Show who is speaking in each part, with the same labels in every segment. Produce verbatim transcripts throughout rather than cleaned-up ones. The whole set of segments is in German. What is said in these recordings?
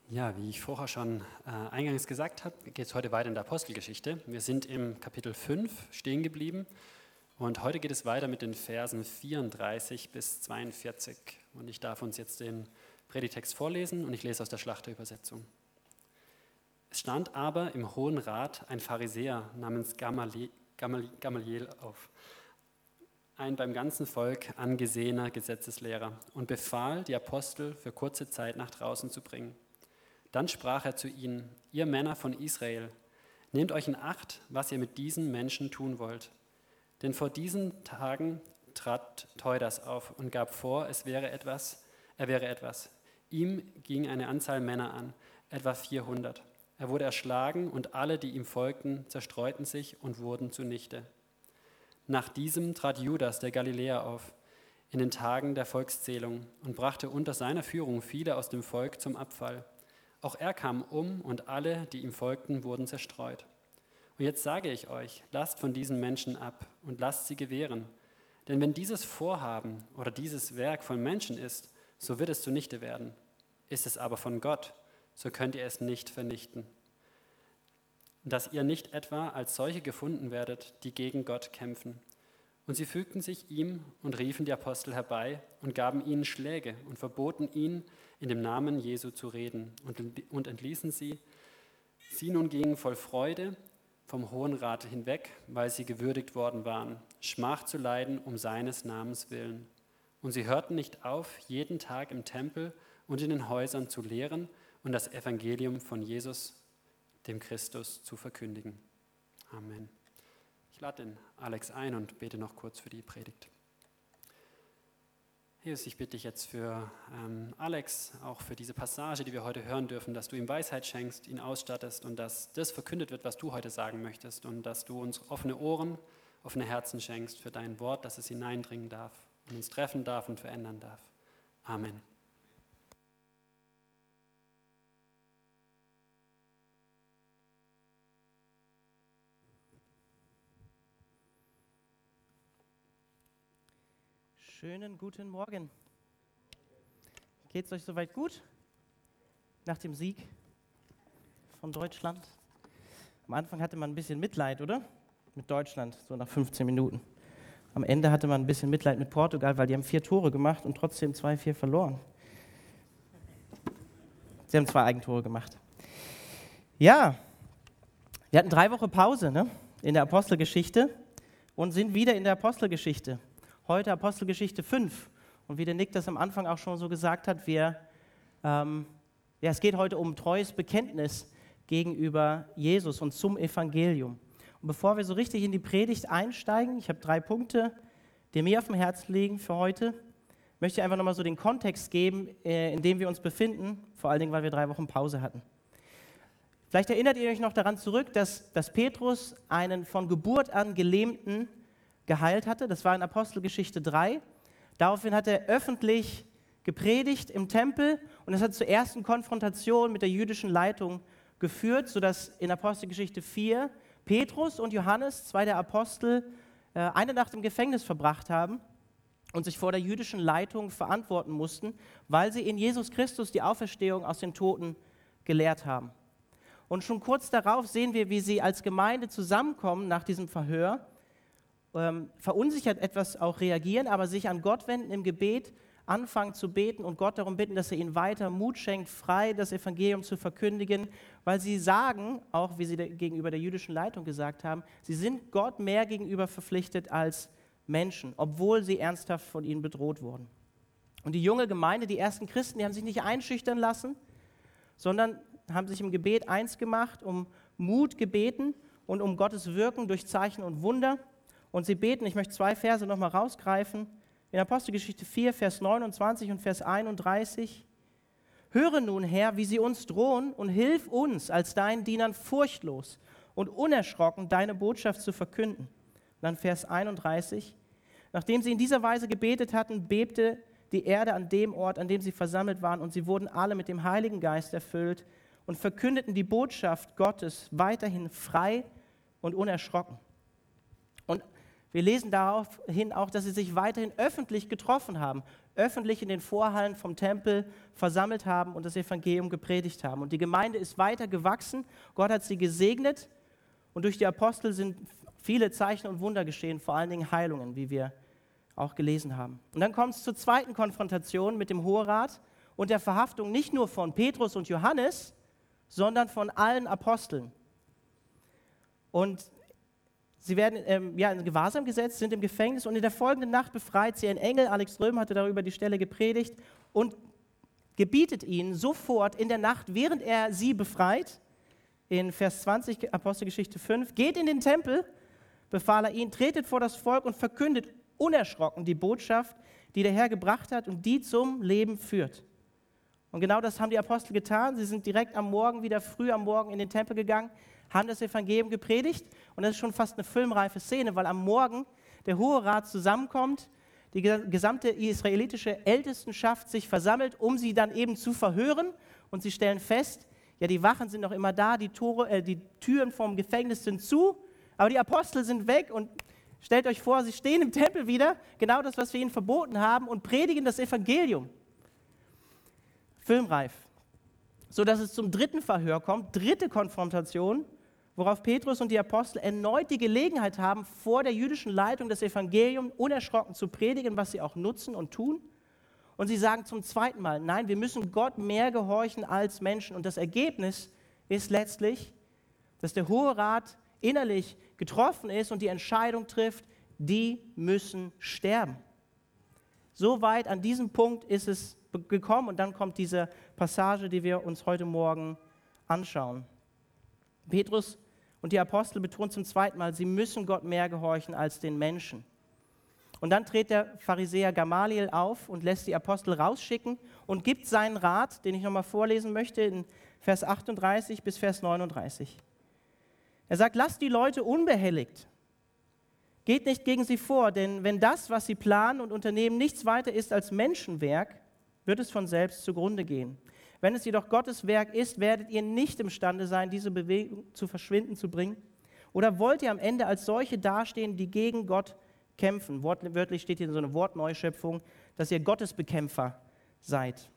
Speaker 1: Ja, wie ich vorher schon äh, eingangs gesagt habe, geht es heute weiter in der Apostelgeschichte. Wir sind im Kapitel fünf stehen geblieben und heute geht es weiter mit den Versen vierunddreißig bis zweiundvierzig. Und ich darf uns jetzt den Predigtext vorlesen und ich lese aus der Schlachterübersetzung. Es stand aber im Hohen Rat ein Pharisäer namens Gamaliel, Gamaliel auf, ein beim ganzen Volk angesehener Gesetzeslehrer, und befahl, die Apostel für kurze Zeit nach draußen zu bringen. Dann sprach er zu ihnen: Ihr Männer von Israel, nehmt euch in Acht, was ihr mit diesen Menschen tun wollt. Denn vor diesen Tagen trat Theudas auf und gab vor, es wäre etwas, er wäre etwas. Ihm ging eine Anzahl Männer an, etwa vierhundert. Er wurde erschlagen und alle, die ihm folgten, zerstreuten sich und wurden zunichte. Nach diesem trat Judas, der Galiläer, auf, in den Tagen der Volkszählung, und brachte unter seiner Führung viele aus dem Volk zum Abfall. Auch er kam um und alle, die ihm folgten, wurden zerstreut. Und jetzt sage ich euch, lasst von diesen Menschen ab und lasst sie gewähren. Denn wenn dieses Vorhaben oder dieses Werk von Menschen ist, so wird es zunichte werden. Ist es aber von Gott, so könnt ihr es nicht vernichten. Dass ihr nicht etwa als solche gefunden werdet, die gegen Gott kämpfen. Und sie fügten sich ihm und riefen die Apostel herbei und gaben ihnen Schläge und verboten ihnen, in dem Namen Jesu zu reden, und entließen sie. Sie nun gingen voll Freude vom Hohen Rat hinweg, weil sie gewürdigt worden waren, Schmach zu leiden um seines Namens willen. Und sie hörten nicht auf, jeden Tag im Tempel und in den Häusern zu lehren und das Evangelium von Jesus, dem Christus, zu verkündigen. Amen. Ich lade den Alex ein und bete noch kurz für die Predigt. Jesus, ich bitte dich jetzt für ähm, Alex, auch für diese Passage, die wir heute hören dürfen, dass du ihm Weisheit schenkst, ihn ausstattest und dass das verkündet wird, was du heute sagen möchtest, und dass du uns offene Ohren, offene Herzen schenkst für dein Wort, dass es hineindringen darf und uns treffen darf und verändern darf. Amen.
Speaker 2: Schönen guten Morgen. Geht es euch soweit gut? Nach dem Sieg von Deutschland? Am Anfang hatte man ein bisschen Mitleid, oder? Mit Deutschland, so nach fünfzehn Minuten. Am Ende hatte man ein bisschen Mitleid mit Portugal, weil die haben vier Tore gemacht und trotzdem zwei vier verloren. Sie haben zwei Eigentore gemacht. Ja, wir hatten drei Wochen Pause, ne, in der Apostelgeschichte und sind wieder in der Apostelgeschichte. Heute Apostelgeschichte fünf. Und wie der Nick das am Anfang auch schon so gesagt hat, wir, ähm, ja, es geht heute um treues Bekenntnis gegenüber Jesus und zum Evangelium. Und bevor wir so richtig in die Predigt einsteigen, ich habe drei Punkte, die mir auf dem Herzen liegen für heute, möchte ich einfach nochmal so den Kontext geben, äh, in dem wir uns befinden, vor allen Dingen, weil wir drei Wochen Pause hatten. Vielleicht erinnert ihr euch noch daran zurück, dass, dass Petrus einen von Geburt an Gelähmten geheilt hatte. Das war in Apostelgeschichte drei. Daraufhin hat er öffentlich gepredigt im Tempel und es hat zur ersten Konfrontation mit der jüdischen Leitung geführt, sodass in Apostelgeschichte vier Petrus und Johannes, zwei der Apostel, eine Nacht im Gefängnis verbracht haben und sich vor der jüdischen Leitung verantworten mussten, weil sie in Jesus Christus die Auferstehung aus den Toten gelehrt haben. Und schon kurz darauf sehen wir, wie sie als Gemeinde zusammenkommen nach diesem Verhör, ähm, verunsichert etwas auch reagieren, aber sich an Gott wenden im Gebet, anfangen zu beten und Gott darum bitten, dass er ihnen weiter Mut schenkt, frei das Evangelium zu verkündigen, weil sie sagen, auch wie sie gegenüber der jüdischen Leitung gesagt haben, sie sind Gott mehr gegenüber verpflichtet als Menschen, obwohl sie ernsthaft von ihnen bedroht wurden. Und die junge Gemeinde, die ersten Christen, die haben sich nicht einschüchtern lassen, sondern haben sich im Gebet eins gemacht, um Mut gebeten und um Gottes Wirken durch Zeichen und Wunder. Und sie beten, ich möchte zwei Verse nochmal rausgreifen, in Apostelgeschichte vier, Vers neunundzwanzig und Vers einunddreißig. Höre nun, Herr, wie sie uns drohen, und hilf uns, als deinen Dienern furchtlos und unerschrocken deine Botschaft zu verkünden. Und dann Vers einunddreißig. Nachdem sie in dieser Weise gebetet hatten, bebte die Erde an dem Ort, an dem sie versammelt waren, und sie wurden alle mit dem Heiligen Geist erfüllt und verkündeten die Botschaft Gottes weiterhin frei und unerschrocken. Und Wir lesen daraufhin auch, dass sie sich weiterhin öffentlich getroffen haben, öffentlich in den Vorhallen vom Tempel versammelt haben und das Evangelium gepredigt haben. Und die Gemeinde ist weiter gewachsen, Gott hat sie gesegnet und durch die Apostel sind viele Zeichen und Wunder geschehen, vor allen Dingen Heilungen, wie wir auch gelesen haben. Und dann kommt es zur zweiten Konfrontation mit dem Hoherat und der Verhaftung nicht nur von Petrus und Johannes, sondern von allen Aposteln. Und sie werden ähm, ja, in Gewahrsam gesetzt, sind im Gefängnis und in der folgenden Nacht befreit sie ein Engel. Alex Röhm hatte darüber die Stelle gepredigt und gebietet ihnen sofort in der Nacht, während er sie befreit, in Vers zwanzig, Apostelgeschichte fünf, geht in den Tempel, befahl er ihnen, tretet vor das Volk und verkündet unerschrocken die Botschaft, die der Herr gebracht hat und die zum Leben führt. Und genau das haben die Apostel getan. Sie sind direkt am Morgen, wieder früh am Morgen in den Tempel gegangen, haben das Evangelium gepredigt und das ist schon fast eine filmreife Szene, weil am Morgen der Hohe Rat zusammenkommt, die gesamte israelitische Ältestenschaft sich versammelt, um sie dann eben zu verhören und sie stellen fest, ja, die Wachen sind noch immer da, die, Tore, äh, die Türen vom Gefängnis sind zu, aber die Apostel sind weg und stellt euch vor, sie stehen im Tempel wieder, genau das, was wir ihnen verboten haben und predigen das Evangelium. Filmreif. So dass es zum dritten Verhör kommt, dritte Konfrontation, worauf Petrus und die Apostel erneut die Gelegenheit haben, vor der jüdischen Leitung das Evangelium unerschrocken zu predigen, was sie auch nutzen und tun. Und sie sagen zum zweiten Mal, nein, wir müssen Gott mehr gehorchen als Menschen. Und das Ergebnis ist letztlich, dass der Hohe Rat innerlich getroffen ist und die Entscheidung trifft, die müssen sterben. So weit an diesem Punkt ist es gekommen und dann kommt diese Passage, die wir uns heute Morgen anschauen. Petrus und die Apostel betonen zum zweiten Mal, sie müssen Gott mehr gehorchen als den Menschen. Und dann tritt der Pharisäer Gamaliel auf und lässt die Apostel rausschicken und gibt seinen Rat, den ich nochmal vorlesen möchte, in Vers achtunddreißig bis Vers neununddreißig. Er sagt, lasst die Leute unbehelligt. Geht nicht gegen sie vor, denn wenn das, was sie planen und unternehmen, nichts weiter ist als Menschenwerk, wird es von selbst zugrunde gehen. Wenn es jedoch Gottes Werk ist, werdet ihr nicht imstande sein, diese Bewegung zu verschwinden zu bringen. Oder wollt ihr am Ende als solche dastehen, die gegen Gott kämpfen? Wortwörtlich steht hier so eine Wortneuschöpfung, dass ihr Gottesbekämpfer seid.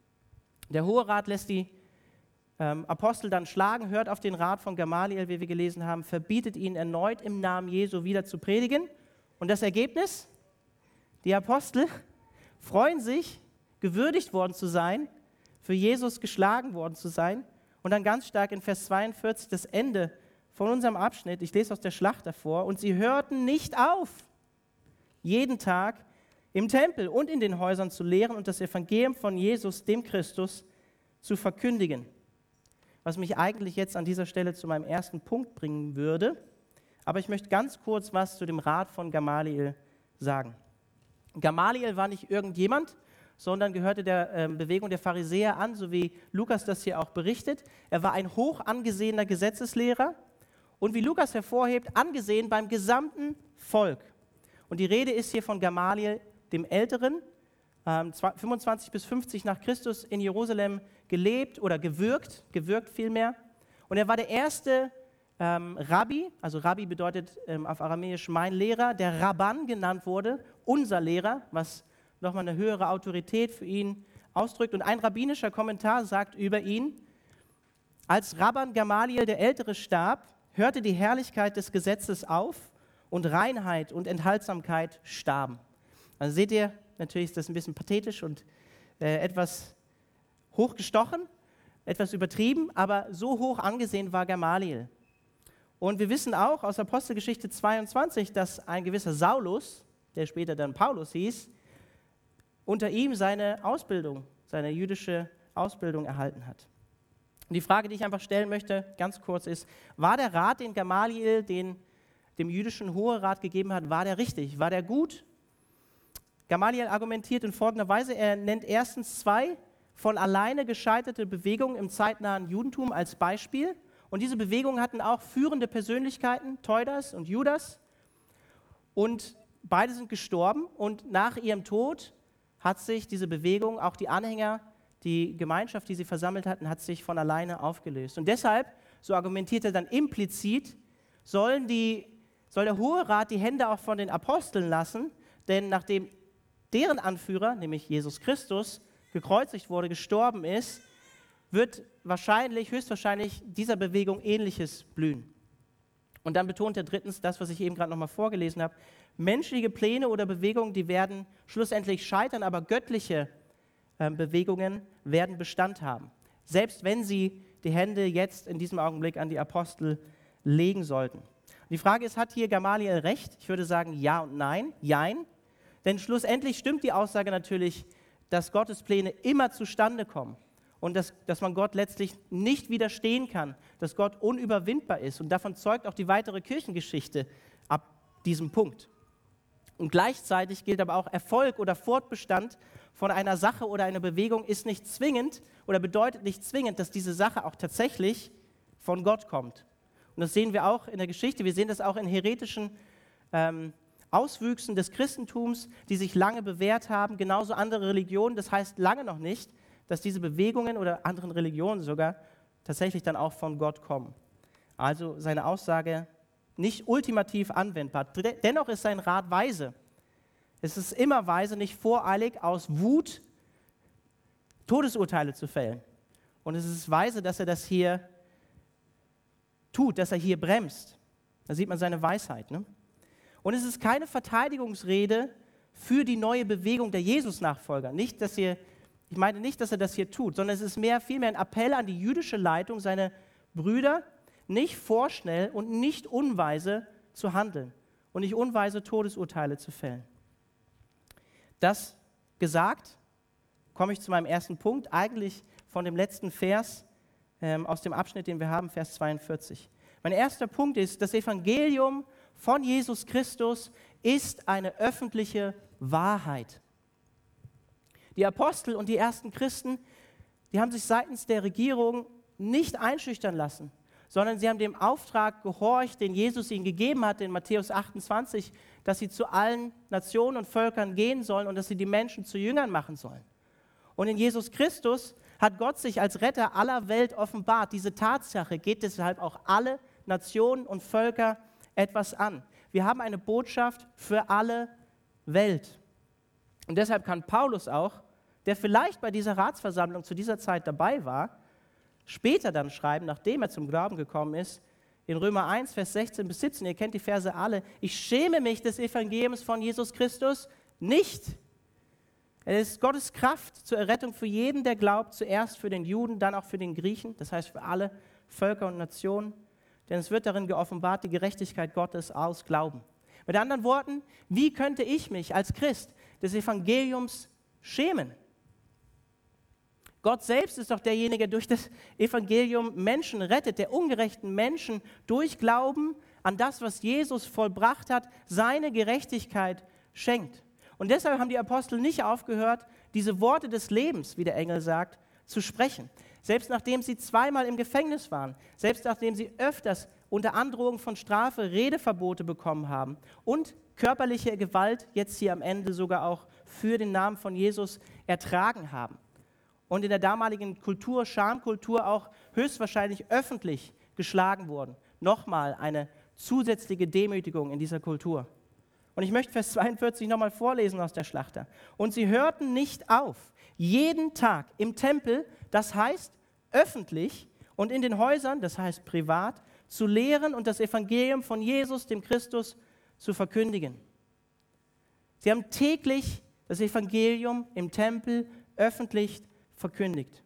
Speaker 2: Der Hohe Rat lässt die ähm, Apostel dann schlagen, hört auf den Rat von Gamaliel, wie wir gelesen haben, verbietet ihnen erneut im Namen Jesu wieder zu predigen. Und das Ergebnis? Die Apostel freuen sich, gewürdigt worden zu sein, für Jesus geschlagen worden zu sein. Und dann ganz stark in Vers zweiundvierzig das Ende von unserem Abschnitt, ich lese aus der Schlacht davor, und sie hörten nicht auf, jeden Tag im Tempel und in den Häusern zu lehren und das Evangelium von Jesus, dem Christus, zu verkündigen. Was mich eigentlich jetzt an dieser Stelle zu meinem ersten Punkt bringen würde, aber ich möchte ganz kurz was zu dem Rat von Gamaliel sagen. Gamaliel war nicht irgendjemand, sondern gehörte der äh, Bewegung der Pharisäer an, so wie Lukas das hier auch berichtet. Er war ein hoch angesehener Gesetzeslehrer und wie Lukas hervorhebt, angesehen beim gesamten Volk. Und die Rede ist hier von Gamaliel, dem Älteren, ähm, fünfundzwanzig bis fünfzig nach Christus in Jerusalem gelebt oder gewirkt, gewirkt vielmehr. Und er war der erste ähm, Rabbi, also Rabbi bedeutet ähm, auf Aramäisch mein Lehrer, der Rabban genannt wurde, unser Lehrer, was nochmal eine höhere Autorität für ihn ausdrückt. Und ein rabbinischer Kommentar sagt über ihn, als Rabban Gamaliel der Ältere starb, hörte die Herrlichkeit des Gesetzes auf und Reinheit und Enthaltsamkeit starben. Also seht ihr, natürlich ist das ein bisschen pathetisch und äh, etwas hochgestochen, etwas übertrieben, aber so hoch angesehen war Gamaliel. Und wir wissen auch aus Apostelgeschichte zweiundzwanzig, dass ein gewisser Saulus, der später dann Paulus hieß, unter ihm seine Ausbildung, seine jüdische Ausbildung erhalten hat. Und die Frage, die ich einfach stellen möchte, ganz kurz ist, war der Rat, den Gamaliel den, dem jüdischen Hoherat gegeben hat, war der richtig? War der gut? Gamaliel argumentiert in folgender Weise, er nennt erstens zwei von alleine gescheiterte Bewegungen im zeitnahen Judentum als Beispiel. Und diese Bewegungen hatten auch führende Persönlichkeiten, Theudas und Judas. Und beide sind gestorben und nach ihrem Tod hat sich diese Bewegung, auch die Anhänger, die Gemeinschaft, die sie versammelt hatten, hat sich von alleine aufgelöst. Und deshalb, so argumentiert er dann implizit, sollen die soll der Hohe Rat die Hände auch von den Aposteln lassen, denn nachdem deren Anführer, nämlich Jesus Christus, gekreuzigt wurde, gestorben ist, wird wahrscheinlich, höchstwahrscheinlich dieser Bewegung Ähnliches blühen. Und dann betont er drittens das, was ich eben gerade nochmal vorgelesen habe. Menschliche Pläne oder Bewegungen, die werden schlussendlich scheitern, aber göttliche äh, Bewegungen werden Bestand haben. Selbst wenn sie die Hände jetzt in diesem Augenblick an die Apostel legen sollten. Und die Frage ist, hat hier Gamaliel recht? Ich würde sagen ja und nein. Jein. Denn schlussendlich stimmt die Aussage natürlich, dass Gottes Pläne immer zustande kommen. Und dass, dass man Gott letztlich nicht widerstehen kann, dass Gott unüberwindbar ist. Und davon zeugt auch die weitere Kirchengeschichte ab diesem Punkt. Und gleichzeitig gilt aber auch, Erfolg oder Fortbestand von einer Sache oder einer Bewegung ist nicht zwingend oder bedeutet nicht zwingend, dass diese Sache auch tatsächlich von Gott kommt. Und das sehen wir auch in der Geschichte. Wir sehen das auch in heretischen ähm, Auswüchsen des Christentums, die sich lange bewährt haben, genauso andere Religionen. Das heißt lange noch nicht, dass diese Bewegungen oder anderen Religionen sogar tatsächlich dann auch von Gott kommen. Also seine Aussage nicht ultimativ anwendbar. Dennoch ist sein Rat weise. Es ist immer weise, nicht voreilig aus Wut Todesurteile zu fällen. Und es ist weise, dass er das hier tut, dass er hier bremst. Da sieht man seine Weisheit. Ne? Und es ist keine Verteidigungsrede für die neue Bewegung der Jesus-Nachfolger. Nicht, dass ihr Ich meine nicht, dass er das hier tut, sondern es ist mehr, vielmehr ein Appell an die jüdische Leitung, seine Brüder nicht vorschnell und nicht unweise zu handeln und nicht unweise Todesurteile zu fällen. Das gesagt, komme ich zu meinem ersten Punkt, eigentlich von dem letzten Vers ähm, aus dem Abschnitt, den wir haben, Vers zweiundvierzig. Mein erster Punkt ist, das Evangelium von Jesus Christus ist eine öffentliche Wahrheit. Die Apostel und die ersten Christen, die haben sich seitens der Regierung nicht einschüchtern lassen, sondern sie haben dem Auftrag gehorcht, den Jesus ihnen gegeben hat in Matthäus achtundzwanzig, dass sie zu allen Nationen und Völkern gehen sollen und dass sie die Menschen zu Jüngern machen sollen. Und in Jesus Christus hat Gott sich als Retter aller Welt offenbart. Diese Tatsache geht deshalb auch alle Nationen und Völker etwas an. Wir haben eine Botschaft für alle Welt. Und deshalb kann Paulus auch, der vielleicht bei dieser Ratsversammlung zu dieser Zeit dabei war, später dann schreiben, nachdem er zum Glauben gekommen ist, in Römer eins, Vers sechzehn bis siebzehn, ihr kennt die Verse alle, ich schäme mich des Evangeliums von Jesus Christus nicht. Es ist Gottes Kraft zur Errettung für jeden, der glaubt, zuerst für den Juden, dann auch für den Griechen, das heißt für alle Völker und Nationen, denn es wird darin geoffenbart, die Gerechtigkeit Gottes aus Glauben. Mit anderen Worten, wie könnte ich mich als Christ des Evangeliums schämen? Gott selbst ist doch derjenige, der durch das Evangelium Menschen rettet, der ungerechten Menschen durch Glauben an das, was Jesus vollbracht hat, seine Gerechtigkeit schenkt. Und deshalb haben die Apostel nicht aufgehört, diese Worte des Lebens, wie der Engel sagt, zu sprechen. Selbst nachdem sie zweimal im Gefängnis waren, selbst nachdem sie öfters unter Androhung von Strafe Redeverbote bekommen haben und körperliche Gewalt jetzt hier am Ende sogar auch für den Namen von Jesus ertragen haben. Und in der damaligen Kultur, Schamkultur, auch höchstwahrscheinlich öffentlich geschlagen wurden. Nochmal eine zusätzliche Demütigung in dieser Kultur. Und ich möchte Vers zweiundvierzig nochmal vorlesen aus der Schlachter. Und sie hörten nicht auf, jeden Tag im Tempel, das heißt öffentlich, und in den Häusern, das heißt privat, zu lehren und das Evangelium von Jesus, dem Christus, zu verkündigen. Sie haben täglich das Evangelium im Tempel öffentlich verkündigt.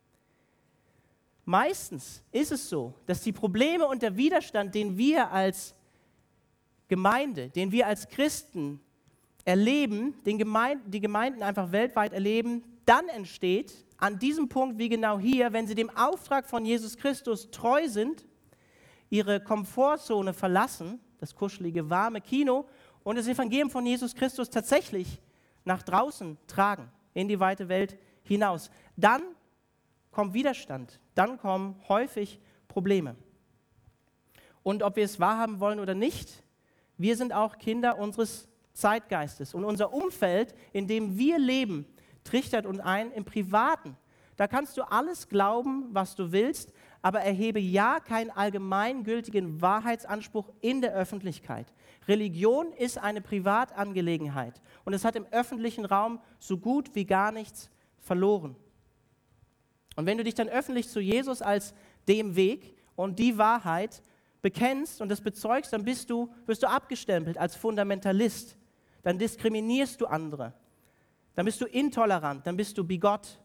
Speaker 2: Meistens ist es so, dass die Probleme und der Widerstand, den wir als Gemeinde, den wir als Christen erleben, den Gemeinden, die Gemeinden einfach weltweit erleben, dann entsteht an diesem Punkt, wie genau hier, wenn sie dem Auftrag von Jesus Christus treu sind, ihre Komfortzone verlassen, das kuschelige, warme Kino, und das Evangelium von Jesus Christus tatsächlich nach draußen tragen, in die weite Welt hinaus. Dann kommt Widerstand, dann kommen häufig Probleme. Und ob wir es wahrhaben wollen oder nicht, wir sind auch Kinder unseres Zeitgeistes. Und unser Umfeld, in dem wir leben, trichtert uns ein im Privaten, Da kannst du alles glauben, was du willst, aber erhebe ja keinen allgemeingültigen Wahrheitsanspruch in der Öffentlichkeit. Religion ist eine Privatangelegenheit und es hat im öffentlichen Raum so gut wie gar nichts verloren. Und wenn du dich dann öffentlich zu Jesus als dem Weg und die Wahrheit bekennst und das bezeugst, dann bist du, wirst du abgestempelt als Fundamentalist. Dann diskriminierst du andere. Dann bist du intolerant, dann bist du bigot.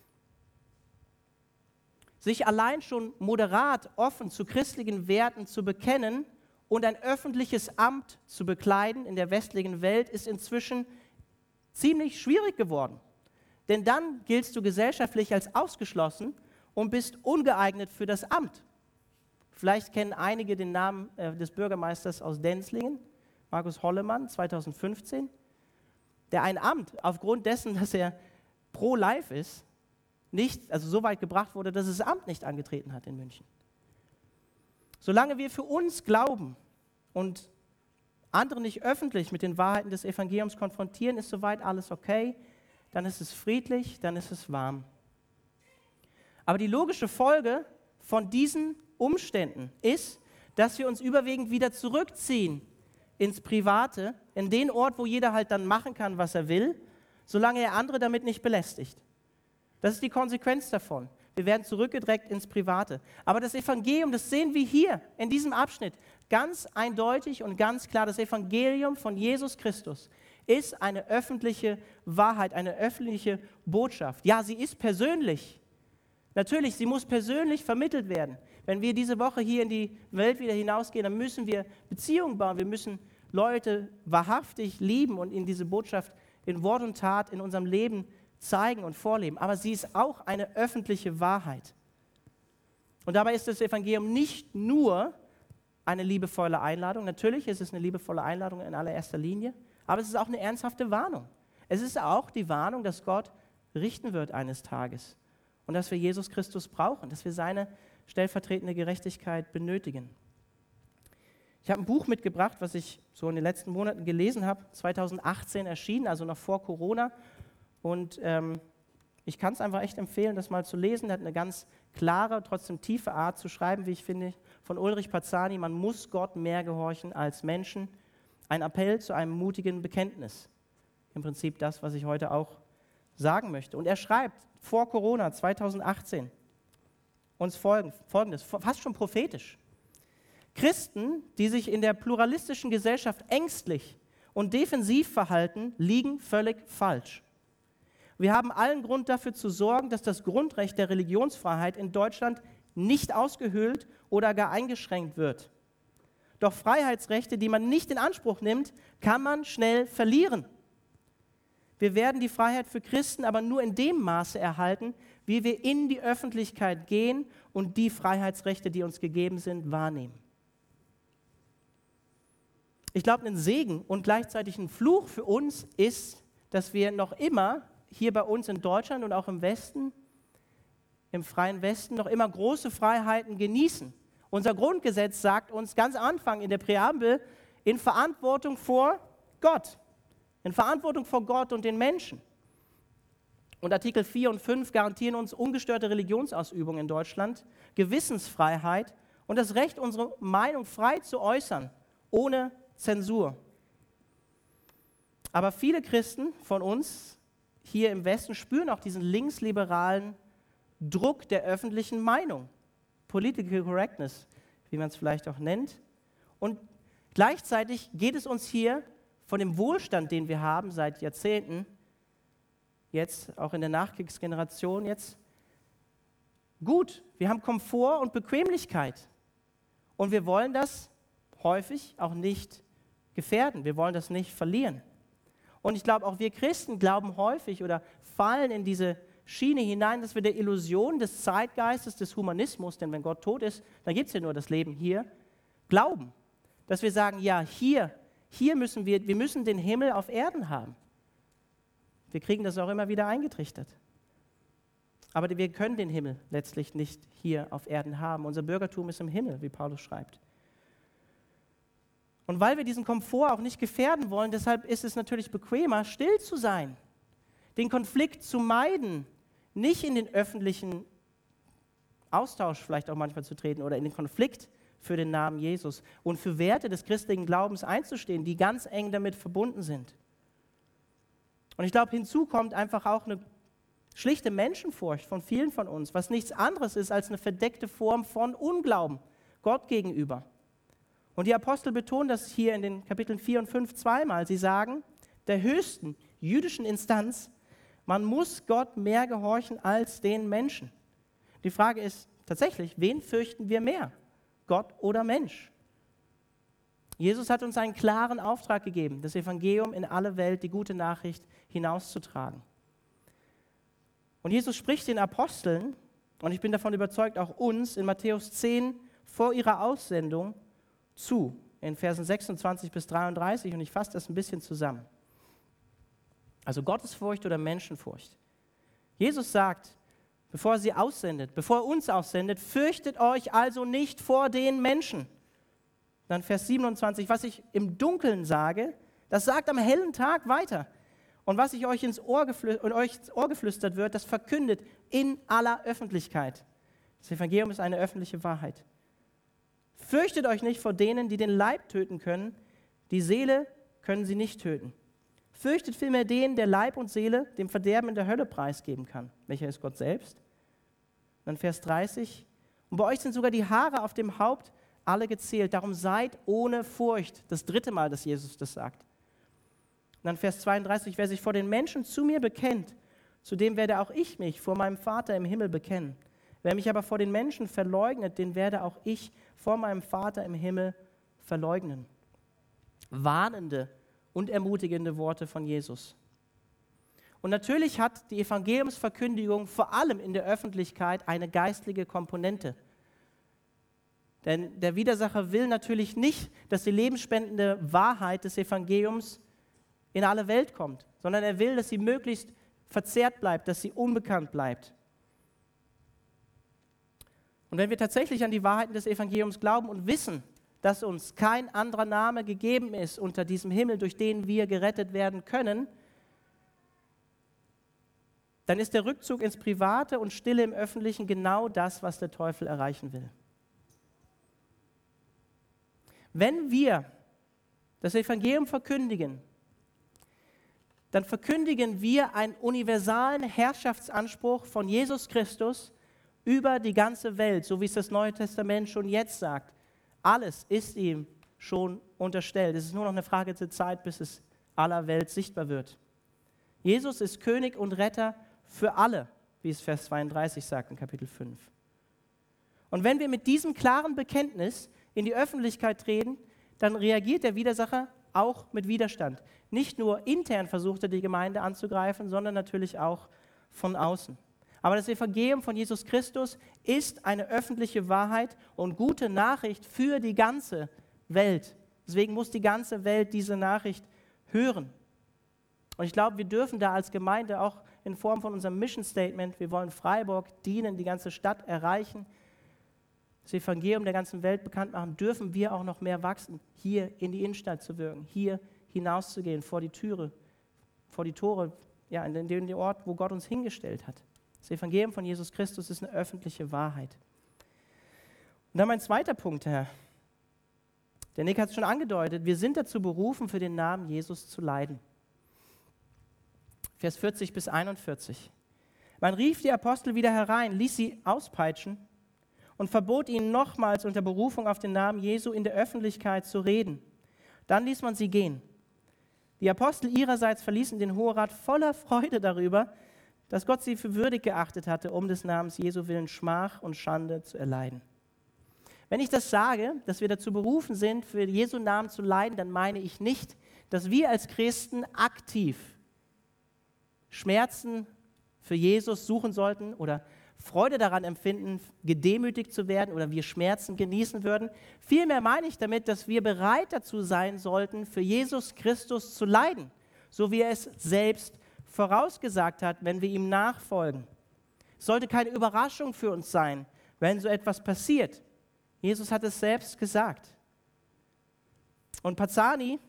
Speaker 2: Sich allein schon moderat, offen zu christlichen Werten zu bekennen und ein öffentliches Amt zu bekleiden in der westlichen Welt ist inzwischen ziemlich schwierig geworden. Denn dann giltst du gesellschaftlich als ausgeschlossen und bist ungeeignet für das Amt. Vielleicht kennen einige den Namen äh, des Bürgermeisters aus Denzlingen, Markus Hollemann, zweitausendfünfzehn, der ein Amt aufgrund dessen, dass er pro-life ist, nicht, also so weit gebracht wurde, dass es das Amt nicht angetreten hat in München. Solange wir für uns glauben und andere nicht öffentlich mit den Wahrheiten des Evangeliums konfrontieren, ist soweit alles okay, dann ist es friedlich, dann ist es warm. Aber die logische Folge von diesen Umständen ist, dass wir uns überwiegend wieder zurückziehen ins Private, in den Ort, wo jeder halt dann machen kann, was er will, solange er andere damit nicht belästigt. Das ist die Konsequenz davon. Wir werden zurückgedrängt ins Private. Aber das Evangelium, das sehen wir hier in diesem Abschnitt ganz eindeutig und ganz klar. Das Evangelium von Jesus Christus ist eine öffentliche Wahrheit, eine öffentliche Botschaft. Ja, sie ist persönlich. Natürlich, sie muss persönlich vermittelt werden. Wenn wir diese Woche hier in die Welt wieder hinausgehen, dann müssen wir Beziehungen bauen. Wir müssen Leute wahrhaftig lieben und ihnen diese Botschaft in Wort und Tat in unserem Leben zeigen und vorleben. Aber sie ist auch eine öffentliche Wahrheit. Und dabei ist das Evangelium nicht nur eine liebevolle Einladung. Natürlich ist es eine liebevolle Einladung in allererster Linie, aber es ist auch eine ernsthafte Warnung. Es ist auch die Warnung, dass Gott richten wird eines Tages und dass wir Jesus Christus brauchen, dass wir seine stellvertretende Gerechtigkeit benötigen. Ich habe ein Buch mitgebracht, was ich so in den letzten Monaten gelesen habe, zweitausendachtzehn erschienen, also noch vor Corona. Und ähm, ich kann es einfach echt empfehlen, das mal zu lesen. Er hat eine ganz klare, trotzdem tiefe Art zu schreiben, wie ich finde, von Ulrich Parzani. Man muss Gott mehr gehorchen als Menschen. Ein Appell zu einem mutigen Bekenntnis. Im Prinzip das, was ich heute auch sagen möchte. Und er schreibt vor Corona zweitausendachtzehn uns Folgendes, fast schon prophetisch. Christen, die sich in der pluralistischen Gesellschaft ängstlich und defensiv verhalten, liegen völlig falsch. Wir haben allen Grund dafür zu sorgen, dass das Grundrecht der Religionsfreiheit in Deutschland nicht ausgehöhlt oder gar eingeschränkt wird. Doch Freiheitsrechte, die man nicht in Anspruch nimmt, kann man schnell verlieren. Wir werden die Freiheit für Christen aber nur in dem Maße erhalten, wie wir in die Öffentlichkeit gehen und die Freiheitsrechte, die uns gegeben sind, wahrnehmen. Ich glaube, ein Segen und gleichzeitig ein Fluch für uns ist, dass wir noch immer hier bei uns in Deutschland und auch im Westen, im freien Westen, noch immer große Freiheiten genießen. Unser Grundgesetz sagt uns ganz am Anfang in der Präambel, in Verantwortung vor Gott. In Verantwortung vor Gott und den Menschen. Und Artikel vier und fünf garantieren uns ungestörte Religionsausübung in Deutschland, Gewissensfreiheit und das Recht, unsere Meinung frei zu äußern, ohne Zensur. Aber viele Christen von uns hier im Westen spüren auch diesen linksliberalen Druck der öffentlichen Meinung. Political Correctness, wie man es vielleicht auch nennt. Und gleichzeitig geht es uns hier von dem Wohlstand, den wir haben seit Jahrzehnten, jetzt auch in der Nachkriegsgeneration jetzt, gut. Wir haben Komfort und Bequemlichkeit. Und wir wollen das häufig auch nicht gefährden. Wir wollen das nicht verlieren. Und ich glaube, auch wir Christen glauben häufig oder fallen in diese Schiene hinein, dass wir der Illusion des Zeitgeistes, des Humanismus, denn wenn Gott tot ist, dann gibt es ja nur das Leben hier, glauben. Dass wir sagen, ja, hier, hier müssen wir, wir müssen den Himmel auf Erden haben. Wir kriegen das auch immer wieder eingetrichtert. Aber wir können den Himmel letztlich nicht hier auf Erden haben. Unser Bürgertum ist im Himmel, wie Paulus schreibt. Und weil wir diesen Komfort auch nicht gefährden wollen, deshalb ist es natürlich bequemer, still zu sein, den Konflikt zu meiden, nicht in den öffentlichen Austausch vielleicht auch manchmal zu treten oder in den Konflikt für den Namen Jesus und für Werte des christlichen Glaubens einzustehen, die ganz eng damit verbunden sind. Und ich glaube, hinzu kommt einfach auch eine schlichte Menschenfurcht von vielen von uns, was nichts anderes ist als eine verdeckte Form von Unglauben Gott gegenüber. Und die Apostel betonen das hier in den Kapiteln vier und fünf zweimal. Sie sagen, der höchsten jüdischen Instanz, man muss Gott mehr gehorchen als den Menschen. Die Frage ist tatsächlich, wen fürchten wir mehr? Gott oder Mensch? Jesus hat uns einen klaren Auftrag gegeben, das Evangelium in alle Welt, die gute Nachricht hinauszutragen. Und Jesus spricht den Aposteln, und ich bin davon überzeugt, auch uns, in Matthäus zehn vor ihrer Aussendung zu, in Versen sechsundzwanzig bis dreiunddreißig, und ich fasse das ein bisschen zusammen. Also Gottesfurcht oder Menschenfurcht. Jesus sagt, bevor er sie aussendet, bevor er uns aussendet, fürchtet euch also nicht vor den Menschen. Dann Vers siebenundzwanzig, was ich im Dunkeln sage, das sagt am hellen Tag weiter. Und was ich euch ins Ohr, geflü- und euch ins Ohr geflüstert wird, das verkündet in aller Öffentlichkeit. Das Evangelium ist eine öffentliche Wahrheit. Fürchtet euch nicht vor denen, die den Leib töten können, die Seele können sie nicht töten. Fürchtet vielmehr den, der Leib und Seele dem Verderben in der Hölle preisgeben kann. Welcher ist Gott selbst? Dann Vers dreißig. Und bei euch sind sogar die Haare auf dem Haupt alle gezählt. Darum seid ohne Furcht. Das dritte Mal, dass Jesus das sagt. Und dann Vers zweiunddreißig. Wer sich vor den Menschen zu mir bekennt, zu dem werde auch ich mich vor meinem Vater im Himmel bekennen. Wer mich aber vor den Menschen verleugnet, den werde auch ich vor meinem Vater im Himmel verleugnen. Warnende und ermutigende Worte von Jesus. Und natürlich hat die Evangeliumsverkündigung vor allem in der Öffentlichkeit eine geistliche Komponente. Denn der Widersacher will natürlich nicht, dass die lebensspendende Wahrheit des Evangeliums in alle Welt kommt, sondern er will, dass sie möglichst verzerrt bleibt, dass sie unbekannt bleibt. Und wenn wir tatsächlich an die Wahrheiten des Evangeliums glauben und wissen, dass uns kein anderer Name gegeben ist unter diesem Himmel, durch den wir gerettet werden können, dann ist der Rückzug ins Private und Stille im Öffentlichen genau das, was der Teufel erreichen will. Wenn wir das Evangelium verkündigen, dann verkündigen wir einen universalen Herrschaftsanspruch von Jesus Christus über die ganze Welt, so wie es das Neue Testament schon jetzt sagt. Alles ist ihm schon unterstellt. Es ist nur noch eine Frage der Zeit, bis es aller Welt sichtbar wird. Jesus ist König und Retter für alle, wie es Vers zweiunddreißig sagt in Kapitel fünf. Und wenn wir mit diesem klaren Bekenntnis in die Öffentlichkeit treten, dann reagiert der Widersacher auch mit Widerstand. Nicht nur intern versucht er, die Gemeinde anzugreifen, sondern natürlich auch von außen. Aber das Evangelium von Jesus Christus ist eine öffentliche Wahrheit und gute Nachricht für die ganze Welt. Deswegen muss die ganze Welt diese Nachricht hören. Und ich glaube, wir dürfen da als Gemeinde auch in Form von unserem Mission Statement, wir wollen Freiburg dienen, die ganze Stadt erreichen, das Evangelium der ganzen Welt bekannt machen, dürfen wir auch noch mehr wachsen, hier in die Innenstadt zu wirken, hier hinauszugehen, vor die Türe, vor die Tore, ja, in den, in den Ort, wo Gott uns hingestellt hat. Das Evangelium von Jesus Christus ist eine öffentliche Wahrheit. Und dann mein zweiter Punkt, Herr. Der Nick hat es schon angedeutet, wir sind dazu berufen, für den Namen Jesus zu leiden. Vers vierzig bis einundvierzig. Man rief die Apostel wieder herein, ließ sie auspeitschen und verbot ihnen nochmals unter Berufung auf den Namen Jesu in der Öffentlichkeit zu reden. Dann ließ man sie gehen. Die Apostel ihrerseits verließen den Hohenrat voller Freude darüber, dass Gott sie für würdig geachtet hatte, um des Namens Jesu willen Schmach und Schande zu erleiden. Wenn ich das sage, dass wir dazu berufen sind, für Jesu Namen zu leiden, dann meine ich nicht, dass wir als Christen aktiv Schmerzen für Jesus suchen sollten oder Freude daran empfinden, gedemütigt zu werden oder wir Schmerzen genießen würden. Vielmehr meine ich damit, dass wir bereit dazu sein sollten, für Jesus Christus zu leiden, so wie er es selbst vorausgesagt hat, wenn wir ihm nachfolgen. Es sollte keine Überraschung für uns sein, wenn so etwas passiert. Jesus hat es selbst gesagt. Und Pazzani,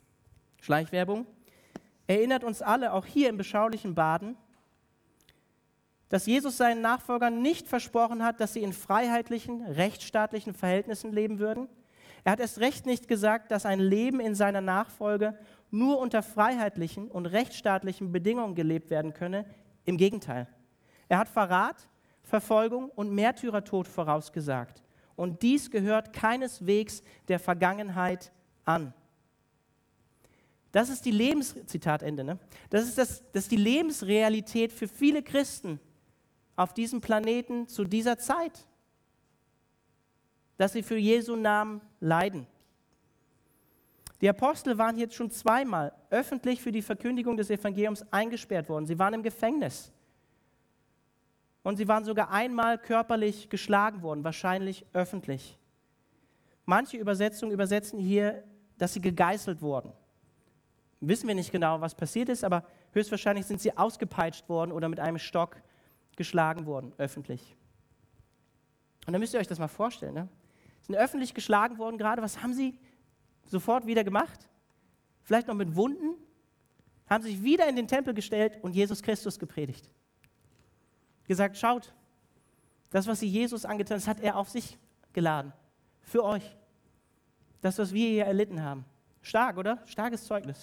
Speaker 2: Schleichwerbung, erinnert uns alle, auch hier im beschaulichen Baden, dass Jesus seinen Nachfolgern nicht versprochen hat, dass sie in freiheitlichen, rechtsstaatlichen Verhältnissen leben würden. Er hat erst recht nicht gesagt, dass ein Leben in seiner Nachfolge nur unter freiheitlichen und rechtsstaatlichen Bedingungen gelebt werden könne. Im Gegenteil. Er hat Verrat, Verfolgung und Märtyrertod vorausgesagt. Und dies gehört keineswegs der Vergangenheit an. Das ist die Lebens Zitat Ende, ne? Das ist, das, das ist die Lebensrealität für viele Christen auf diesem Planeten zu dieser Zeit, dass sie für Jesu Namen leiden. Die Apostel waren jetzt schon zweimal öffentlich für die Verkündigung des Evangeliums eingesperrt worden. Sie waren im Gefängnis. Und sie waren sogar einmal körperlich geschlagen worden, wahrscheinlich öffentlich. Manche Übersetzungen übersetzen hier, dass sie gegeißelt wurden. Wissen wir nicht genau, was passiert ist, aber höchstwahrscheinlich sind sie ausgepeitscht worden oder mit einem Stock geschlagen worden, öffentlich. Und dann müsst ihr euch das mal vorstellen. Ne? Sie sind öffentlich geschlagen worden gerade. Was haben sie sofort wieder gemacht? Vielleicht noch mit Wunden? Haben sich wieder in den Tempel gestellt und Jesus Christus gepredigt. Gesagt, schaut, das, was sie Jesus angetan hat, das hat er auf sich geladen. Für euch. Das, was wir hier erlitten haben. Stark, oder? Starkes Zeugnis.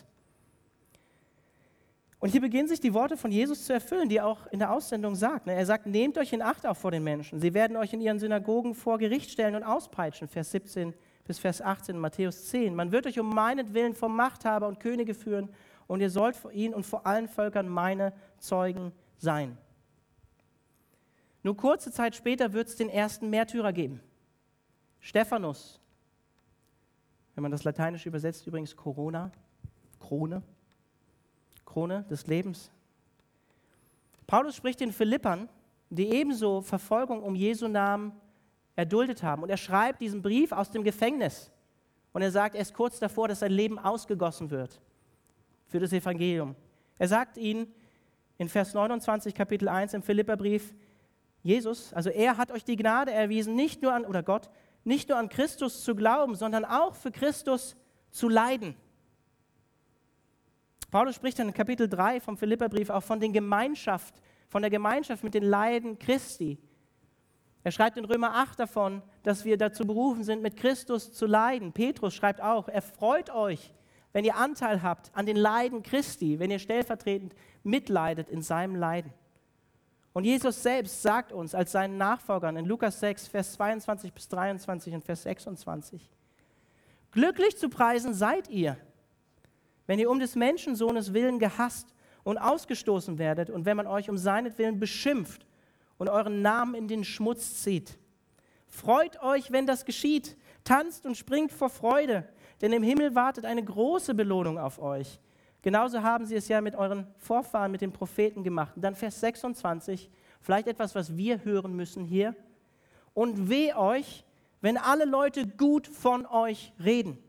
Speaker 2: Und hier beginnen sich die Worte von Jesus zu erfüllen, die er auch in der Aussendung sagt. Er sagt, nehmt euch in Acht auch vor den Menschen. Sie werden euch in ihren Synagogen vor Gericht stellen und auspeitschen. Vers siebzehn bis Vers achtzehn in Matthäus zehn. Man wird euch um meinetwillen vor Machthaber und Könige führen und ihr sollt vor ihnen und vor allen Völkern meine Zeugen sein. Nur kurze Zeit später wird es den ersten Märtyrer geben. Stephanus. Wenn man das Lateinische übersetzt, übrigens Corona, Krone, Krone des Lebens. Paulus spricht den Philippern, die ebenso Verfolgung um Jesu Namen erduldet haben. Und er schreibt diesen Brief aus dem Gefängnis. Und er sagt, er ist kurz davor, dass sein Leben ausgegossen wird für das Evangelium. Er sagt ihnen in Vers neunundzwanzig, Kapitel eins im Philipperbrief, Jesus, also er hat euch die Gnade erwiesen, nicht nur an, oder Gott, nicht nur an Christus zu glauben, sondern auch für Christus zu leiden. Paulus spricht dann in Kapitel drei vom Philipperbrief auch von, den Gemeinschaft, von der Gemeinschaft mit den Leiden Christi. Er schreibt in Römer acht davon, dass wir dazu berufen sind, mit Christus zu leiden. Petrus schreibt auch, erfreut euch, wenn ihr Anteil habt an den Leiden Christi, wenn ihr stellvertretend mitleidet in seinem Leiden. Und Jesus selbst sagt uns als seinen Nachfolgern in Lukas sechs, Vers zweiundzwanzig bis dreiundzwanzig und Vers sechsundzwanzig, glücklich zu preisen seid ihr, wenn ihr um des Menschensohnes willen gehasst und ausgestoßen werdet und wenn man euch um seinetwillen beschimpft und euren Namen in den Schmutz zieht. Freut euch, wenn das geschieht, tanzt und springt vor Freude, denn im Himmel wartet eine große Belohnung auf euch. Genauso haben sie es ja mit euren Vorfahren, mit den Propheten gemacht. Und dann Vers sechsundzwanzig, vielleicht etwas, was wir hören müssen hier. Und weh euch, wenn alle Leute gut von euch reden.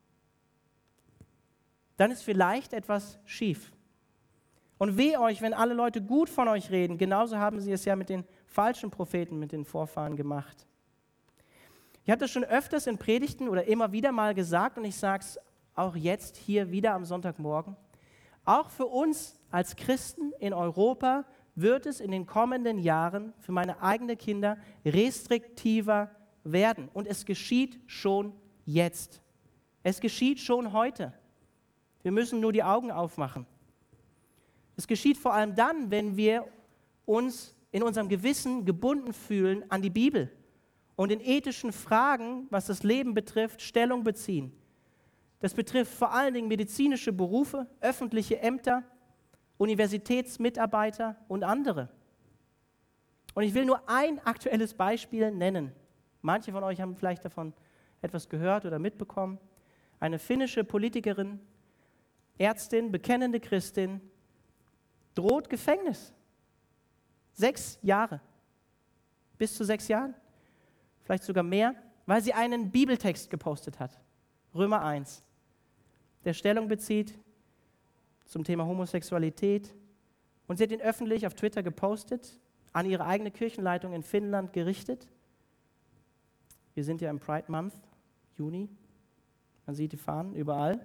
Speaker 2: Dann ist vielleicht etwas schief. Und weh euch, wenn alle Leute gut von euch reden. Genauso haben sie es ja mit den falschen Propheten, mit den Vorfahren gemacht. Ich habe das schon öfters in Predigten oder immer wieder mal gesagt und ich sage es auch jetzt hier wieder am Sonntagmorgen. Auch für uns als Christen in Europa wird es in den kommenden Jahren für meine eigenen Kinder restriktiver werden. Und es geschieht schon jetzt. Es geschieht schon heute. Wir müssen nur die Augen aufmachen. Es geschieht vor allem dann, wenn wir uns in unserem Gewissen gebunden fühlen an die Bibel und in ethischen Fragen, was das Leben betrifft, Stellung beziehen. Das betrifft vor allen Dingen medizinische Berufe, öffentliche Ämter, Universitätsmitarbeiter und andere. Und ich will nur ein aktuelles Beispiel nennen. Manche von euch haben vielleicht davon etwas gehört oder mitbekommen. Eine finnische Politikerin, Ärztin, bekennende Christin, droht Gefängnis. Sechs Jahre. Bis zu sechs Jahren. Vielleicht sogar mehr, weil sie einen Bibeltext gepostet hat. Römer eins. Der Stellung bezieht zum Thema Homosexualität. Und sie hat ihn öffentlich auf Twitter gepostet, an ihre eigene Kirchenleitung in Finnland gerichtet. Wir sind ja im Pride Month, Juni. Man sieht die Fahnen überall.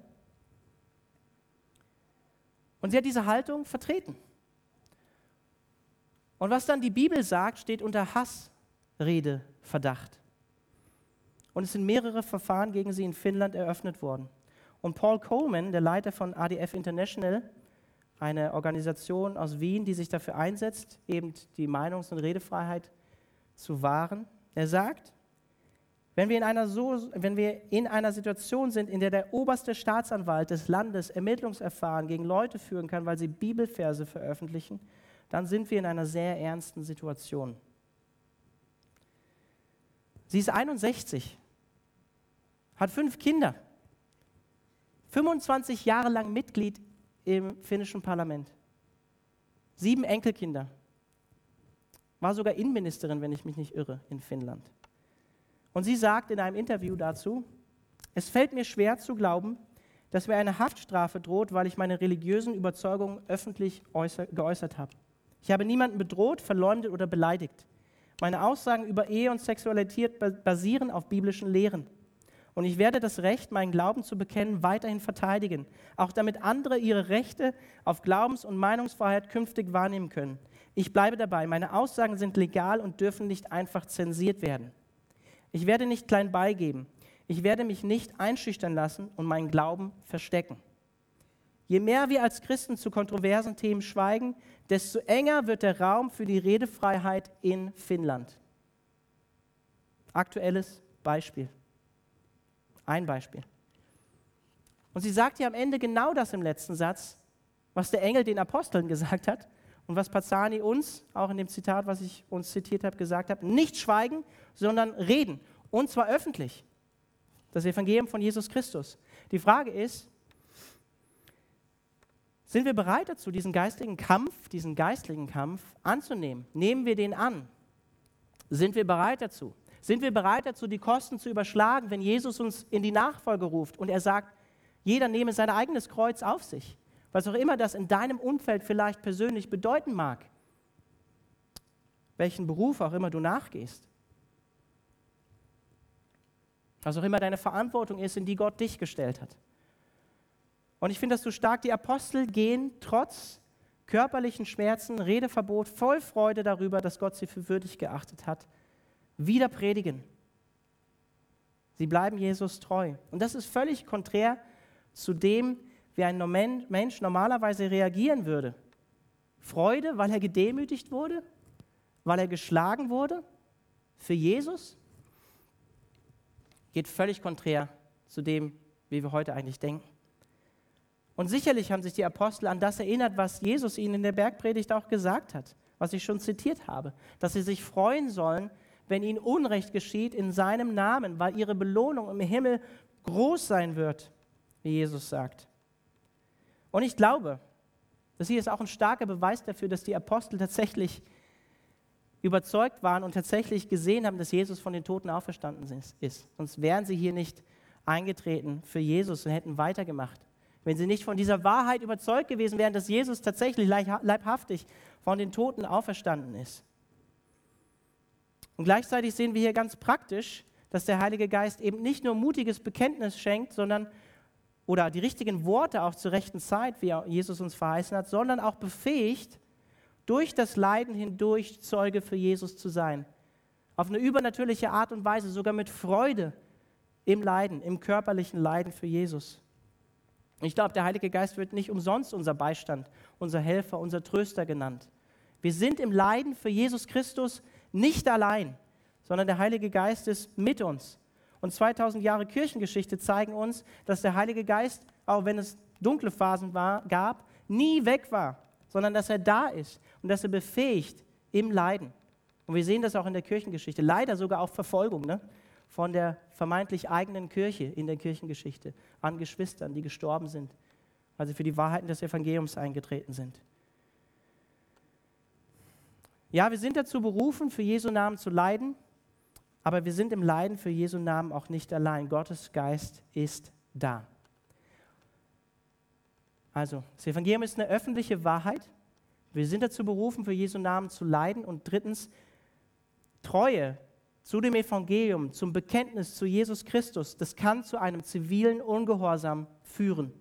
Speaker 2: Und sie hat diese Haltung vertreten. Und was dann die Bibel sagt, steht unter Hassredeverdacht. Und es sind mehrere Verfahren gegen sie in Finnland eröffnet worden. Und Paul Coleman, der Leiter von A D F International, eine Organisation aus Wien, die sich dafür einsetzt, eben die Meinungs- und Redefreiheit zu wahren, er sagt, wenn wir, in einer so, wenn wir in einer Situation sind, in der der oberste Staatsanwalt des Landes Ermittlungsverfahren gegen Leute führen kann, weil sie Bibelverse veröffentlichen, dann sind wir in einer sehr ernsten Situation. Sie ist einundsechzig, hat fünf Kinder, fünfundzwanzig Jahre lang Mitglied im finnischen Parlament, sieben Enkelkinder, war sogar Innenministerin, wenn ich mich nicht irre, in Finnland. Und sie sagt in einem Interview dazu, es fällt mir schwer zu glauben, dass mir eine Haftstrafe droht, weil ich meine religiösen Überzeugungen öffentlich äußer- geäußert habe. Ich habe niemanden bedroht, verleumdet oder beleidigt. Meine Aussagen über Ehe und Sexualität basieren auf biblischen Lehren. Und ich werde das Recht, meinen Glauben zu bekennen, weiterhin verteidigen, auch damit andere ihre Rechte auf Glaubens- und Meinungsfreiheit künftig wahrnehmen können. Ich bleibe dabei, meine Aussagen sind legal und dürfen nicht einfach zensiert werden. Ich werde nicht klein beigeben. Ich werde mich nicht einschüchtern lassen und meinen Glauben verstecken. Je mehr wir als Christen zu kontroversen Themen schweigen, desto enger wird der Raum für die Redefreiheit in Finnland. Aktuelles Beispiel. Ein Beispiel. Und sie sagt ja am Ende genau das im letzten Satz, was der Engel den Aposteln gesagt hat und was Pazzani uns, auch in dem Zitat, was ich uns zitiert habe, gesagt hat, nicht schweigen, sondern reden. Und zwar öffentlich. Das Evangelium von Jesus Christus. Die Frage ist, sind wir bereit dazu, diesen geistlichen Kampf, diesen geistlichen Kampf anzunehmen? Nehmen wir den an? Sind wir bereit dazu? Sind wir bereit dazu, die Kosten zu überschlagen, wenn Jesus uns in die Nachfolge ruft und er sagt, jeder nehme sein eigenes Kreuz auf sich? Was auch immer das in deinem Umfeld vielleicht persönlich bedeuten mag. Welchen Beruf auch immer du nachgehst. Was auch immer deine Verantwortung ist, in die Gott dich gestellt hat. Und ich finde das so stark, die Apostel gehen trotz körperlichen Schmerzen, Redeverbot, voll Freude darüber, dass Gott sie für würdig geachtet hat, wieder predigen. Sie bleiben Jesus treu. Und das ist völlig konträr zu dem, wie ein Mensch normalerweise reagieren würde. Freude, weil er gedemütigt wurde, weil er geschlagen wurde für Jesus, geht völlig konträr zu dem, wie wir heute eigentlich denken. Und sicherlich haben sich die Apostel an das erinnert, was Jesus ihnen in der Bergpredigt auch gesagt hat, was ich schon zitiert habe, dass sie sich freuen sollen, wenn ihnen Unrecht geschieht in seinem Namen, weil ihre Belohnung im Himmel groß sein wird, wie Jesus sagt. Und ich glaube, das hier ist auch ein starker Beweis dafür, dass die Apostel tatsächlich überzeugt waren und tatsächlich gesehen haben, dass Jesus von den Toten auferstanden ist. Sonst wären sie hier nicht eingetreten für Jesus und hätten weitergemacht. Wenn sie nicht von dieser Wahrheit überzeugt gewesen wären, dass Jesus tatsächlich leibhaftig von den Toten auferstanden ist. Und gleichzeitig sehen wir hier ganz praktisch, dass der Heilige Geist eben nicht nur mutiges Bekenntnis schenkt, sondern oder die richtigen Worte auch zur rechten Zeit, wie Jesus uns verheißen hat, sondern auch befähigt, durch das Leiden hindurch Zeuge für Jesus zu sein. Auf eine übernatürliche Art und Weise, sogar mit Freude im Leiden, im körperlichen Leiden für Jesus. Ich glaube, der Heilige Geist wird nicht umsonst unser Beistand, unser Helfer, unser Tröster genannt. Wir sind im Leiden für Jesus Christus nicht allein, sondern der Heilige Geist ist mit uns. Und zweitausend Jahre Kirchengeschichte zeigen uns, dass der Heilige Geist, auch wenn es dunkle Phasen war, gab, nie weg war, sondern dass er da ist und dass er befähigt im Leiden. Und wir sehen das auch in der Kirchengeschichte, leider sogar auch Verfolgung, ne? Von der vermeintlich eigenen Kirche in der Kirchengeschichte an Geschwistern, die gestorben sind, weil sie für die Wahrheiten des Evangeliums eingetreten sind. Ja, wir sind dazu berufen, für Jesu Namen zu leiden, aber wir sind im Leiden für Jesu Namen auch nicht allein. Gottes Geist ist da. Also, das Evangelium ist eine öffentliche Wahrheit. Wir sind dazu berufen, für Jesu Namen zu leiden. Und drittens, Treue zu dem Evangelium, zum Bekenntnis zu Jesus Christus, das kann zu einem zivilen Ungehorsam führen.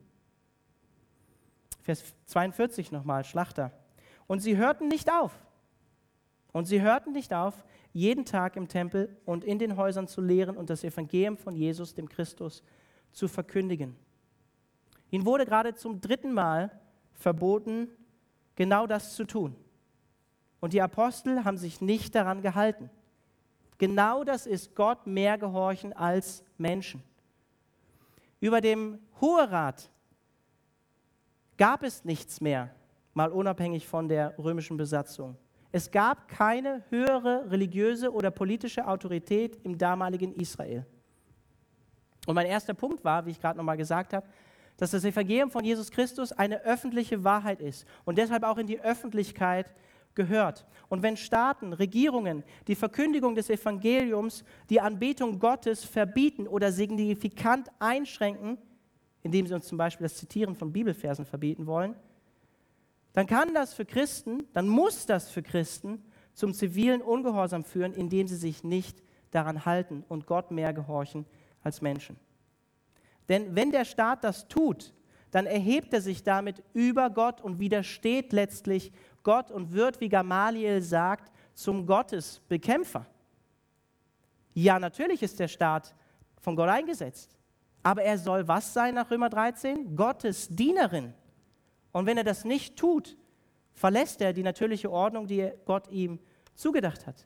Speaker 2: Vers zweiundvierzig nochmal, Schlachter. Und sie hörten nicht auf. Und sie hörten nicht auf, jeden Tag im Tempel und in den Häusern zu lehren und das Evangelium von Jesus, dem Christus, zu verkündigen. Ihnen wurde gerade zum dritten Mal verboten, genau das zu tun. Und die Apostel haben sich nicht daran gehalten. Genau das ist Gott mehr gehorchen als Menschen. Über dem Hoherat gab es nichts mehr, mal unabhängig von der römischen Besatzung. Es gab keine höhere religiöse oder politische Autorität im damaligen Israel. Und mein erster Punkt war, wie ich gerade nochmal gesagt habe, dass das Evangelium von Jesus Christus eine öffentliche Wahrheit ist und deshalb auch in die Öffentlichkeit gehört. Und wenn Staaten, Regierungen die Verkündigung des Evangeliums, die Anbetung Gottes verbieten oder signifikant einschränken, indem sie uns zum Beispiel das Zitieren von Bibelversen verbieten wollen, dann kann das für Christen, dann muss das für Christen zum zivilen Ungehorsam führen, indem sie sich nicht daran halten und Gott mehr gehorchen als Menschen. Denn wenn der Staat das tut, dann erhebt er sich damit über Gott und widersteht letztlich Gott und wird, wie Gamaliel sagt, zum Gottesbekämpfer. Ja, natürlich ist der Staat von Gott eingesetzt, aber er soll was sein nach Römer dreizehn? Gottes Dienerin. Und wenn er das nicht tut, verlässt er die natürliche Ordnung, die Gott ihm zugedacht hat.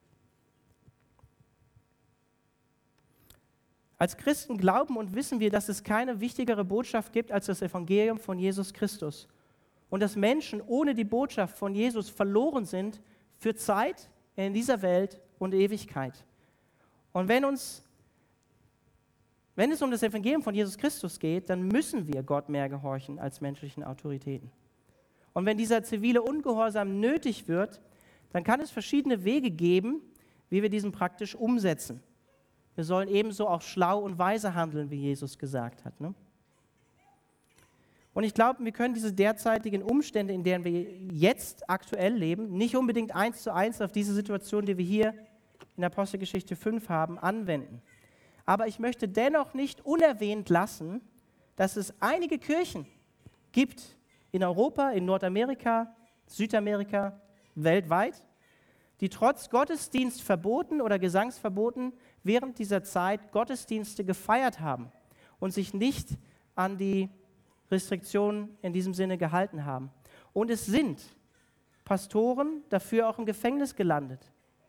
Speaker 2: Als Christen glauben und wissen wir, dass es keine wichtigere Botschaft gibt als das Evangelium von Jesus Christus. Und dass Menschen ohne die Botschaft von Jesus verloren sind für Zeit in dieser Welt und Ewigkeit. Und wenn uns, wenn es um das Evangelium von Jesus Christus geht, dann müssen wir Gott mehr gehorchen als menschlichen Autoritäten. Und wenn dieser zivile Ungehorsam nötig wird, dann kann es verschiedene Wege geben, wie wir diesen praktisch umsetzen. Wir sollen ebenso auch schlau und weise handeln, wie Jesus gesagt hat. Ne? Und ich glaube, wir können diese derzeitigen Umstände, in denen wir jetzt aktuell leben, nicht unbedingt eins zu eins auf diese Situation, die wir hier in Apostelgeschichte fünf haben, anwenden. Aber ich möchte dennoch nicht unerwähnt lassen, dass es einige Kirchen gibt in Europa, in Nordamerika, Südamerika, weltweit, die trotz Gottesdienstverboten oder Gesangsverboten während dieser Zeit Gottesdienste gefeiert haben und sich nicht an die Restriktionen in diesem Sinne gehalten haben. Und es sind Pastoren dafür auch im Gefängnis gelandet.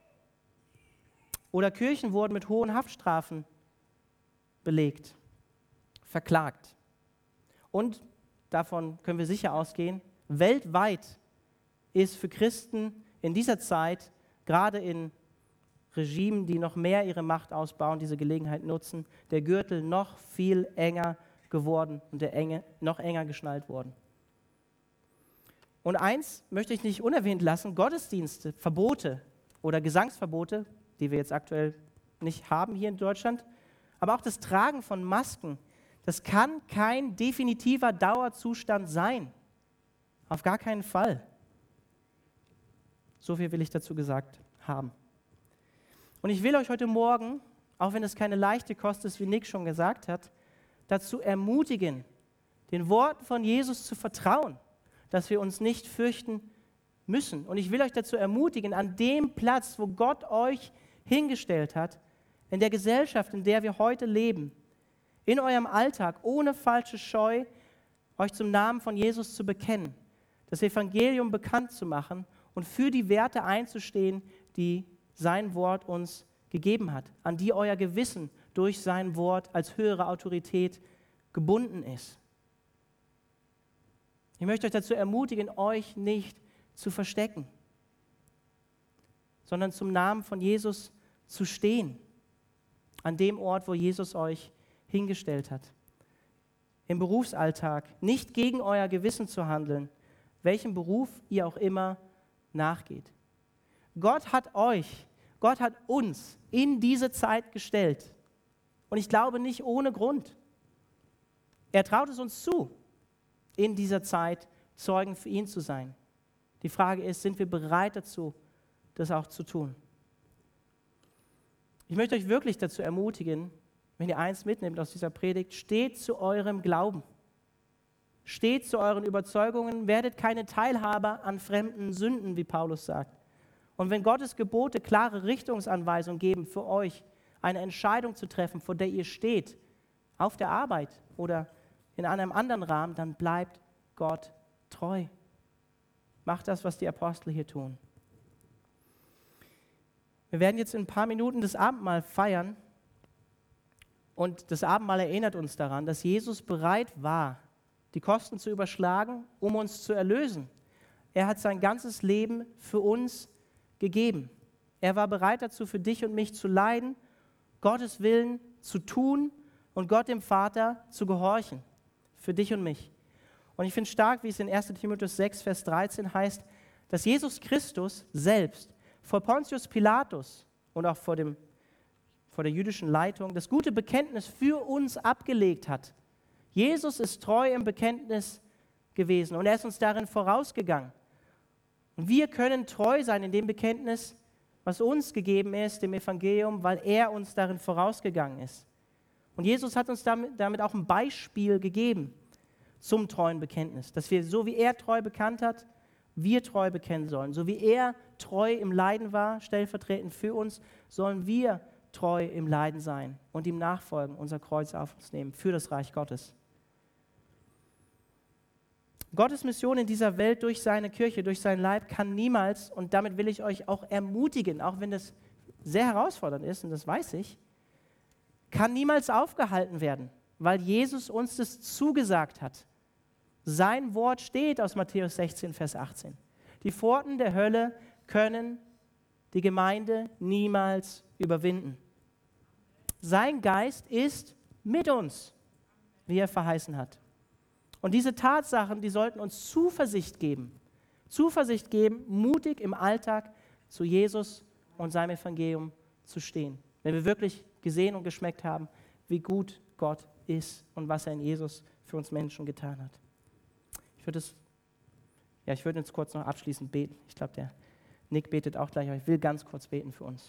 Speaker 2: Oder Kirchen wurden mit hohen Haftstrafen belegt, verklagt. Und davon können wir sicher ausgehen, weltweit ist für Christen in dieser Zeit, gerade in Regimen, die noch mehr ihre Macht ausbauen, diese Gelegenheit nutzen, der Gürtel noch viel enger geworden und der Enge noch enger geschnallt worden. Und eins möchte ich nicht unerwähnt lassen, Gottesdienste, Verbote oder Gesangsverbote, die wir jetzt aktuell nicht haben hier in Deutschland, aber auch das Tragen von Masken, das kann kein definitiver Dauerzustand sein. Auf gar keinen Fall. So viel will ich dazu gesagt haben. Und ich will euch heute Morgen, auch wenn es keine leichte Kost ist, wie Nick schon gesagt hat, dazu ermutigen, den Worten von Jesus zu vertrauen, dass wir uns nicht fürchten müssen. Und ich will euch dazu ermutigen, an dem Platz, wo Gott euch hingestellt hat, in der Gesellschaft, in der wir heute leben, in eurem Alltag, ohne falsche Scheu, euch zum Namen von Jesus zu bekennen, das Evangelium bekannt zu machen und für die Werte einzustehen, die sein Wort uns gegeben hat, an die euer Gewissen durch sein Wort als höhere Autorität gebunden ist. Ich möchte euch dazu ermutigen, euch nicht zu verstecken, sondern zum Namen von Jesus zu stehen, an dem Ort, wo Jesus euch hingestellt hat. Im Berufsalltag nicht gegen euer Gewissen zu handeln, welchem Beruf ihr auch immer nachgeht. Gott hat euch, Gott hat uns in diese Zeit gestellt. Und ich glaube nicht ohne Grund. Er traut es uns zu, in dieser Zeit Zeugen für ihn zu sein. Die Frage ist, sind wir bereit dazu, das auch zu tun? Ich möchte euch wirklich dazu ermutigen, wenn ihr eins mitnehmt aus dieser Predigt, steht zu eurem Glauben. Steht zu euren Überzeugungen, werdet keine Teilhaber an fremden Sünden, wie Paulus sagt. Und wenn Gottes Gebote klare Richtungsanweisungen geben für euch, eine Entscheidung zu treffen, vor der ihr steht, auf der Arbeit oder in einem anderen Rahmen, dann bleibt Gott treu. Macht das, was die Apostel hier tun. Wir werden jetzt in ein paar Minuten das Abendmahl feiern und das Abendmahl erinnert uns daran, dass Jesus bereit war, die Kosten zu überschlagen, um uns zu erlösen. Er hat sein ganzes Leben für uns gegeben. Er war bereit dazu, für dich und mich zu leiden, Gottes Willen zu tun und Gott dem Vater zu gehorchen, für dich und mich. Und ich finde stark, wie es in erster Timotheus sechs, Vers dreizehn heißt, dass Jesus Christus selbst vor Pontius Pilatus und auch vor, dem, vor der jüdischen Leitung das gute Bekenntnis für uns abgelegt hat. Jesus ist treu im Bekenntnis gewesen und er ist uns darin vorausgegangen. Und wir können treu sein in dem Bekenntnis, was uns gegeben ist, dem Evangelium, weil er uns darin vorausgegangen ist. Und Jesus hat uns damit, damit auch ein Beispiel gegeben zum treuen Bekenntnis, dass wir, so wie er treu bekannt hat, wir treu bekennen sollen. So wie er treu im Leiden war, stellvertretend für uns, sollen wir treu im Leiden sein und ihm nachfolgen, unser Kreuz auf uns nehmen, für das Reich Gottes. Gottes Mission in dieser Welt durch seine Kirche, durch sein Leib kann niemals, und damit will ich euch auch ermutigen, auch wenn das sehr herausfordernd ist, und das weiß ich, kann niemals aufgehalten werden, weil Jesus uns das zugesagt hat. Sein Wort steht aus Matthäus sechzehn, Vers achtzehn. Die Pforten der Hölle können die Gemeinde niemals überwinden. Sein Geist ist mit uns, wie er verheißen hat. Und diese Tatsachen, die sollten uns Zuversicht geben. Zuversicht geben, mutig im Alltag zu Jesus und seinem Evangelium zu stehen. Wenn wir wirklich gesehen und geschmeckt haben, wie gut Gott ist und was er in Jesus für uns Menschen getan hat. Ich würde es, ja, ich würde jetzt kurz noch abschließend beten. Ich glaube, der Nick betet auch gleich, aber ich will ganz kurz beten für uns.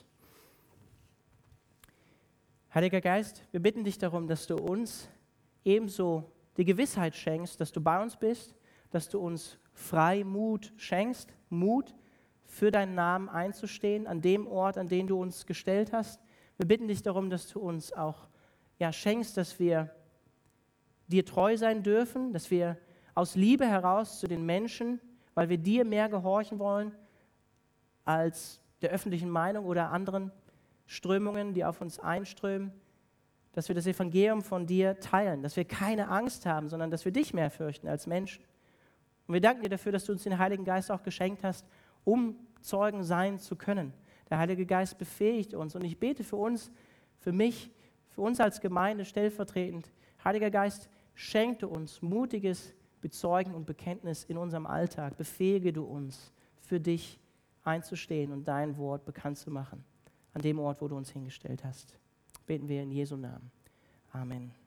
Speaker 2: Heiliger Geist, wir bitten dich darum, dass du uns ebenso die Gewissheit schenkst, dass du bei uns bist, dass du uns Freimut schenkst, Mut für deinen Namen einzustehen, an dem Ort, an den du uns gestellt hast. Wir bitten dich darum, dass du uns auch ja, schenkst, dass wir dir treu sein dürfen, dass wir aus Liebe heraus zu den Menschen, weil wir dir mehr gehorchen wollen als der öffentlichen Meinung oder anderen Strömungen, die auf uns einströmen, dass wir das Evangelium von dir teilen, dass wir keine Angst haben, sondern dass wir dich mehr fürchten als Menschen. Und wir danken dir dafür, dass du uns den Heiligen Geist auch geschenkt hast, um Zeugen sein zu können. Der Heilige Geist befähigt uns und ich bete für uns, für mich, für uns als Gemeinde stellvertretend. Heiliger Geist, schenke uns mutiges Bezeugen und Bekenntnis in unserem Alltag. Befähige du uns, für dich einzustehen und dein Wort bekannt zu machen, an dem Ort, wo du uns hingestellt hast. Beten wir in Jesu Namen. Amen.